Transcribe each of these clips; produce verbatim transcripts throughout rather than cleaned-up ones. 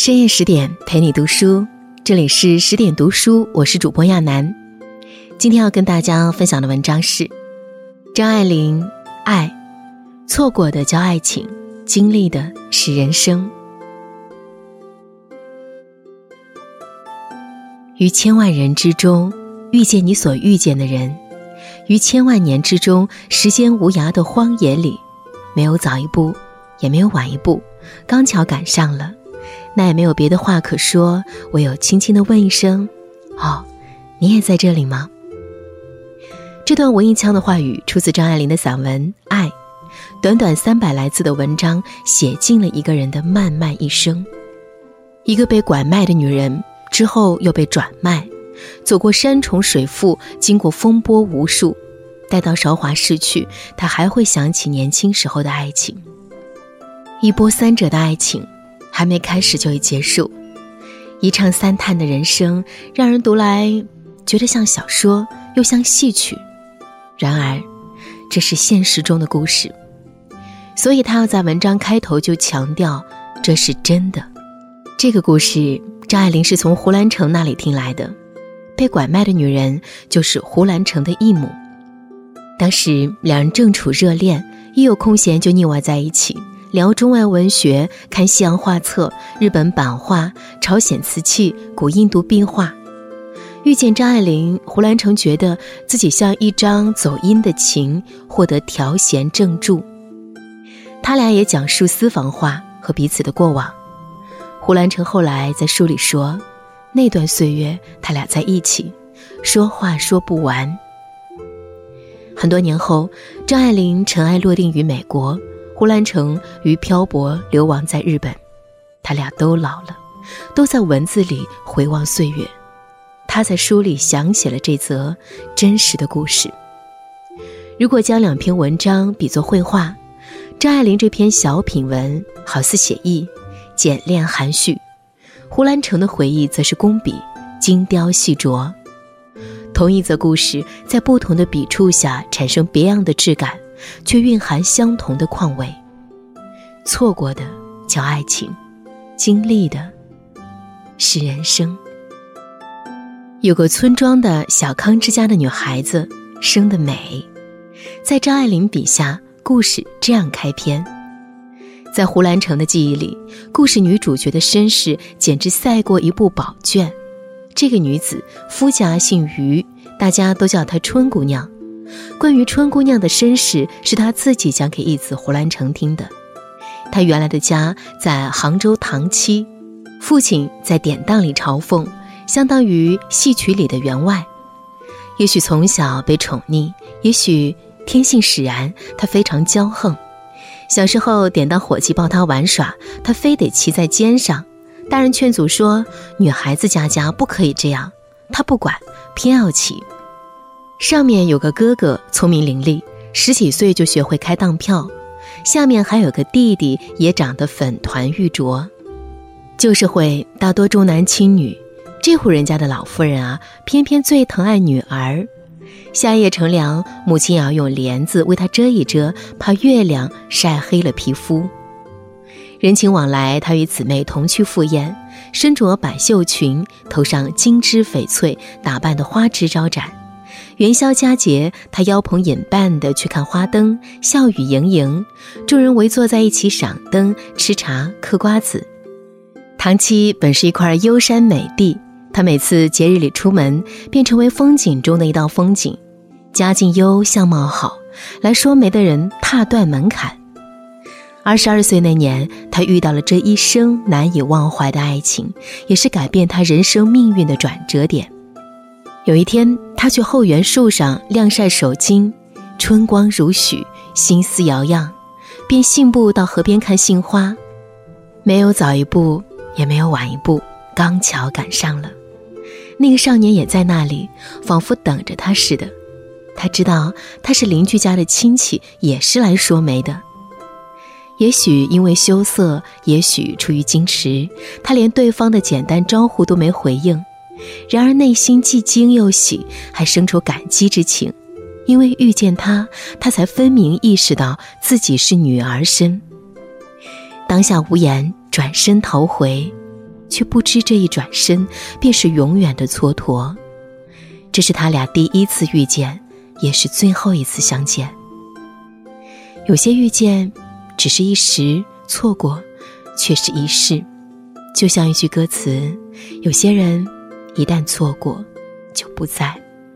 深夜十点陪你读书，这里是十点读书，我是主播亚楠。今天要跟大家分享的文章是张爱玲，爱，错过的叫爱情，经历的是人生。于千万人之中遇见你所遇见的人，于千万年之中时间无涯的荒野里，没有早一步也没有晚一步，刚巧赶上了，那也没有别的话可说，唯有轻轻地问一声，哦，你也在这里吗？这段文艺腔的话语出自张爱玲的散文《爱》，短短三百来字的文章写尽了一个人的漫漫一生。一个被拐卖的女人，之后又被转卖，走过山重水复，经过风波无数，待到韶华逝去，她还会想起年轻时候的爱情。一波三折的爱情还没开始就已结束，一唱三叹的人生让人读来觉得像小说又像戏曲，然而这是现实中的故事，所以他要在文章开头就强调这是真的。这个故事张爱玲是从胡兰成那里听来的，被拐卖的女人就是胡兰成的义母。当时两人正处热恋，一有空闲就腻歪在一起，聊中外文学，看西洋画册、日本版画、朝鲜瓷器、古印度壁画。遇见张爱玲，胡兰成觉得自己像一张走音的琴，获得调弦正助。他俩也讲述私房话和彼此的过往。胡兰成后来在书里说，那段岁月他俩在一起，说话说不完。很多年后，张爱玲尘埃落定于美国，胡兰成于漂泊流亡在日本，他俩都老了，都在文字里回望岁月。他在书里详写了这则真实的故事。如果将两篇文章比作绘画，张爱玲这篇小品文好似写意，简练含蓄，胡兰成的回忆则是工笔，精雕细琢。同一则故事在不同的笔触下产生别样的质感，却蕴含相同的况味。错过的叫爱情，经历的是人生。有个村庄的小康之家的女孩子生得美，在张爱玲笔下，故事这样开篇。在胡兰成的记忆里，故事女主角的身世简直赛过一部宝卷。这个女子夫家姓于，大家都叫她春姑娘。关于春姑娘的身世是她自己讲给义子胡兰成听的。她原来的家在杭州塘栖，父亲在典当里朝奉，相当于戏曲里的员外。也许从小被宠溺，也许天性使然，她非常骄横。小时候典当伙计抱她玩耍，她非得骑在肩上，大人劝阻说女孩子家家不可以这样，她不管，偏要骑。上面有个哥哥聪明伶俐，十几岁就学会开当票，下面还有个弟弟也长得粉团玉琢。旧社会大多重男轻女，这户人家的老妇人啊，偏偏最疼爱女儿。夏夜乘凉，母亲也要用帘子为她遮一遮，怕月亮晒黑了皮肤。人情往来，她与姊妹同去赴宴，身着百绣裙，头上金枝翡翠，打扮得花枝招展。元宵佳节，她邀朋引伴地去看花灯，笑语盈盈，众人围坐在一起赏灯、吃茶、嗑瓜子。塘栖本是一块幽山美地，她每次节日里出门，便成为风景中的一道风景。家境优，相貌好，来说媒的人踏断门槛。二十二岁那年，她遇到了这一生难以忘怀的爱情，也是改变她人生命运的转折点。有一天，她去后园树上晾晒手巾，春光如许，心思摇漾，便信步到河边看杏花。没有早一步，也没有晚一步，刚巧赶上了。那个少年也在那里，仿佛等着他似的。他知道他是邻居家的亲戚，也是来说媒的。也许因为羞涩，也许出于矜持，他连对方的简单招呼都没回应。然而内心既惊又喜，还生出感激之情，因为遇见他，他才分明意识到自己是女儿身。当下无言，转身逃回， 却不知这一转身便是永远的蹉跎。这是他俩第一次遇见，也是最后一次相见。有些遇见只是一时，错过却是一世。就像一句歌词，有些人一旦错过就不在。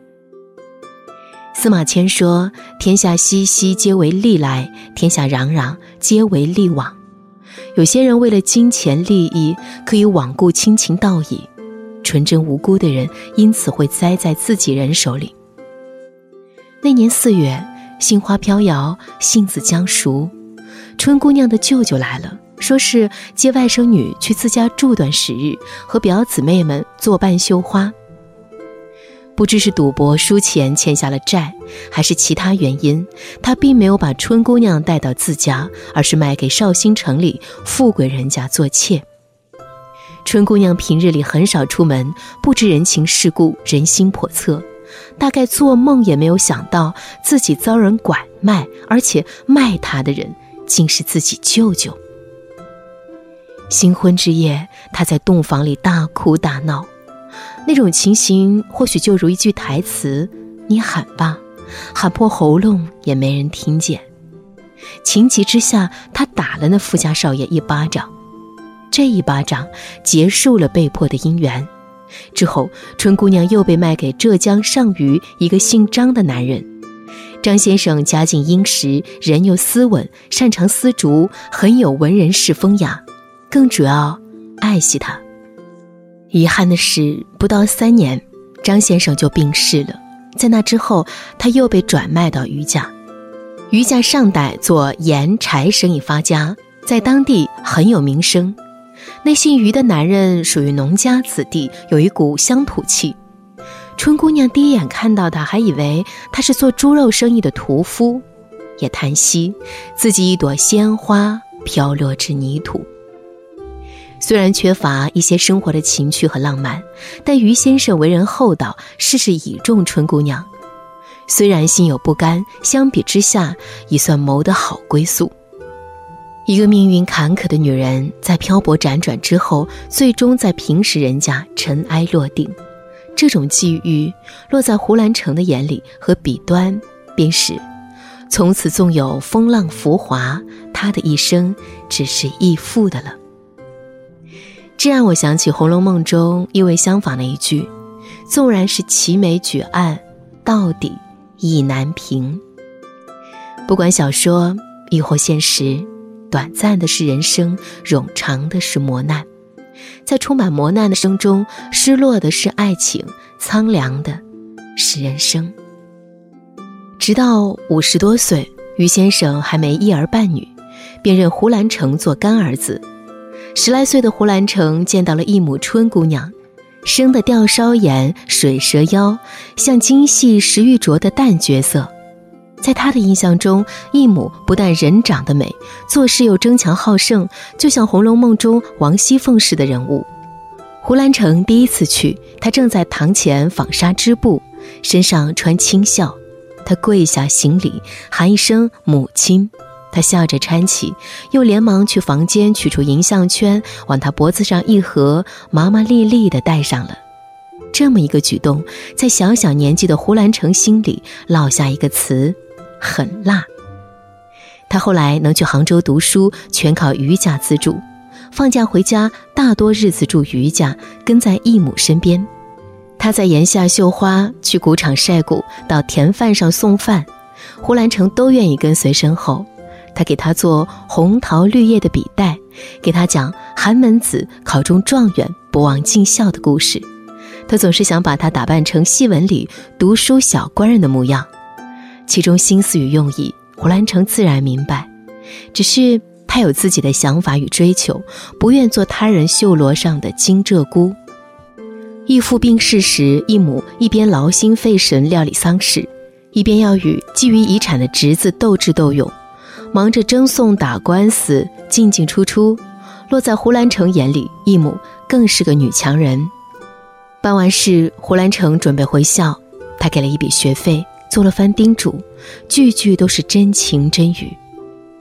司马迁说，天下熙熙皆为利来，天下攘攘皆为利往。有些人为了金钱利益可以罔顾亲情道义，纯真无辜的人因此会栽在自己人手里。那年四月，杏花飘摇，杏子将熟，春姑娘的舅舅来了，说是接外甥女去自家住段时日，和表姊妹们作伴绣花。不知是赌博输钱欠下了债，还是其他原因，他并没有把春姑娘带到自家，而是卖给绍兴城里富贵人家做妾。春姑娘平日里很少出门，不知人情世故，人心叵测，大概做梦也没有想到自己遭人拐卖，而且卖她的人竟是自己舅舅。新婚之夜，她在洞房里大哭大闹，那种情形或许就如一句台词，你喊吧，喊破喉咙也没人听见。情急之下，她打了那富家少爷一巴掌，这一巴掌结束了被迫的姻缘。之后，春姑娘又被卖给浙江上虞一个姓张的男人。张先生家境殷实，人又斯文，擅长丝竹，很有文人式风雅，更主要爱惜她。遗憾的是，不到三年，张先生就病逝了。在那之后，他又被转卖到余家。余家上代做盐柴生意发家，在当地很有名声。那姓余的男人属于农家子弟，有一股乡土气。春姑娘第一眼看到他，还以为他是做猪肉生意的屠夫，也叹息自己一朵鲜花飘落至泥土。虽然缺乏一些生活的情趣和浪漫，但余先生为人厚道，事事倚重春姑娘。虽然心有不甘，相比之下已算谋得好归宿。一个命运坎坷的女人，在漂泊辗转之后，最终在平时人家尘埃落定。这种际遇落在胡兰成的眼里和笔端，便是从此纵有风浪浮华，他的一生只是易付的了。这让我想起《红楼梦》中意味相仿的一句，纵然是齐眉举案，到底意难平。不管小说亦或现实，短暂的是人生，冗长的是磨难。在充满磨难的生中，失落的是爱情，苍凉的是人生。直到五十多岁，余先生还没一儿半女，便认胡兰成做干儿子。十来岁的胡兰成见到了义母春姑娘，生得吊梢眼，水蛇腰，像精细石玉琢的淡绝色。在他的印象中，义母不但人长得美，做事又争强好胜，就像《红楼梦》中王熙凤式的人物。胡兰成第一次去，他正在堂前纺纱织布，身上穿青孝，他跪下行礼，喊一声母亲。他笑着搀起，又连忙去房间取出银项圈，往他脖子上一合，麻麻利利地戴上了。这么一个举动，在小小年纪的胡兰成心里落下一个词，很辣。他后来能去杭州读书，全靠余家资助，放假回家大多日子住余家，跟在义母身边。他在檐下绣花，去谷场晒谷，到田饭上送饭，胡兰成都愿意跟随身后。他给他做红桃绿叶的笔袋，给他讲寒门子考中状元不忘尽孝的故事。他总是想把他打扮成戏文里读书小官人的模样，其中心思与用意，胡兰成自然明白，只是他有自己的想法与追求，不愿做他人绣罗上的金鹧鸪。义父病逝时，义母一边劳心费神料理丧事，一边要与觊觎遗产的侄子斗智斗勇，忙着争讼打官司，进进出出。落在胡兰成眼里，义母更是个女强人。办完事，胡兰成准备回校，他给了一笔学费，做了番叮嘱，句句都是真情真语。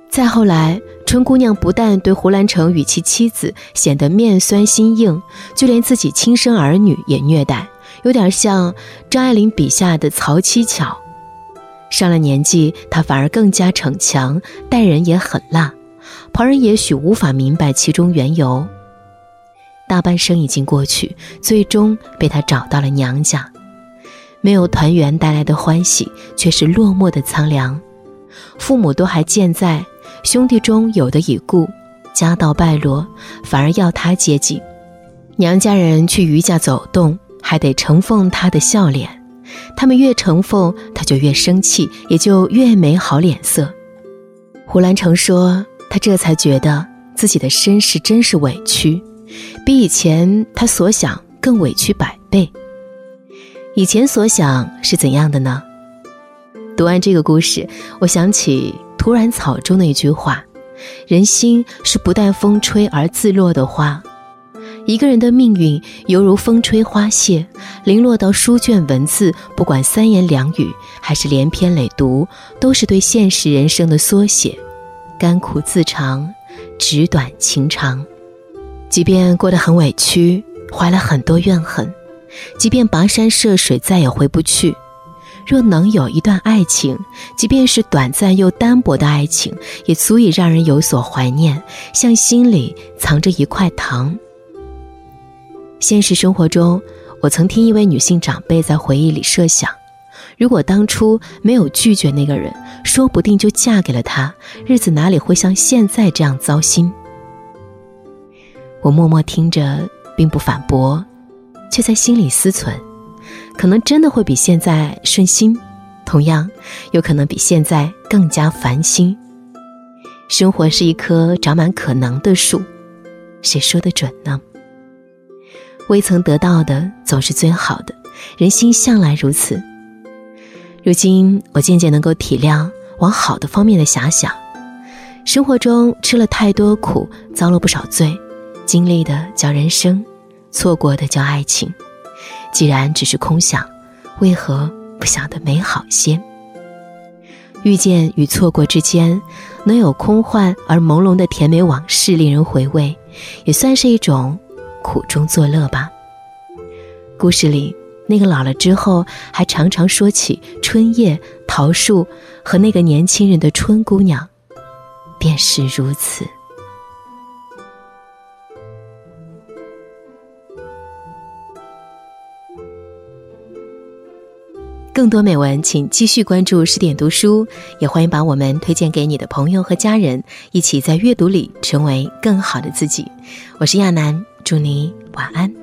再后来，春姑娘不但对胡兰成与其妻子显得面酸心硬，就连自己亲生儿女也虐待，有点像张爱玲笔下的曹七巧。上了年纪，她反而更加逞强，待人也狠辣，旁人也许无法明白其中缘由。大半生已经过去，最终被她找到了娘家，没有团圆带来的欢喜，却是落寞的苍凉。父母都还健在，兄弟中有的已故，家道败落，反而要她接济。娘家人去余家走动，还得承奉她的笑脸，他们越承奉，她就越生气，也就越没好脸色。胡兰成说，他这才觉得自己的身世真是委屈，比以前他所想更委屈百倍。以前所想是怎样的呢？读完这个故事，我想起土壤草中的一句话，人心是不待风吹而自落的花。一个人的命运犹如风吹花谢，零落到书卷文字，不管三言两语还是连篇累牍，都是对现实人生的缩写，甘苦自尝，纸短情长。即便过得很委屈，怀了很多怨恨，即便跋山涉水再也回不去，若能有一段爱情，即便是短暂又单薄的爱情，也足以让人有所怀念，像心里藏着一块糖。现实生活中，我曾听一位女性长辈在回忆里设想，如果当初没有拒绝那个人，说不定就嫁给了他，日子哪里会像现在这样糟心。我默默听着，并不反驳，却在心里思忖，可能真的会比现在顺心，同样有可能比现在更加烦心。生活是一棵长满可能的树，谁说得准呢？未曾得到的总是最好的，人心向来如此。如今我渐渐能够体谅，往好的方面的遐想，生活中吃了太多苦，遭了不少罪，经历的叫人生，错过的叫爱情。既然只是空想，为何不想得美好些？遇见与错过之间，能有空幻而朦胧的甜美往事令人回味，也算是一种苦中作乐吧。故事里那个老了之后还常常说起春叶、桃树和那个年轻人的春姑娘，便是如此。更多美文请继续关注十点读书，也欢迎把我们推荐给你的朋友和家人，一起在阅读里成为更好的自己。我是亚楠，祝你晚安。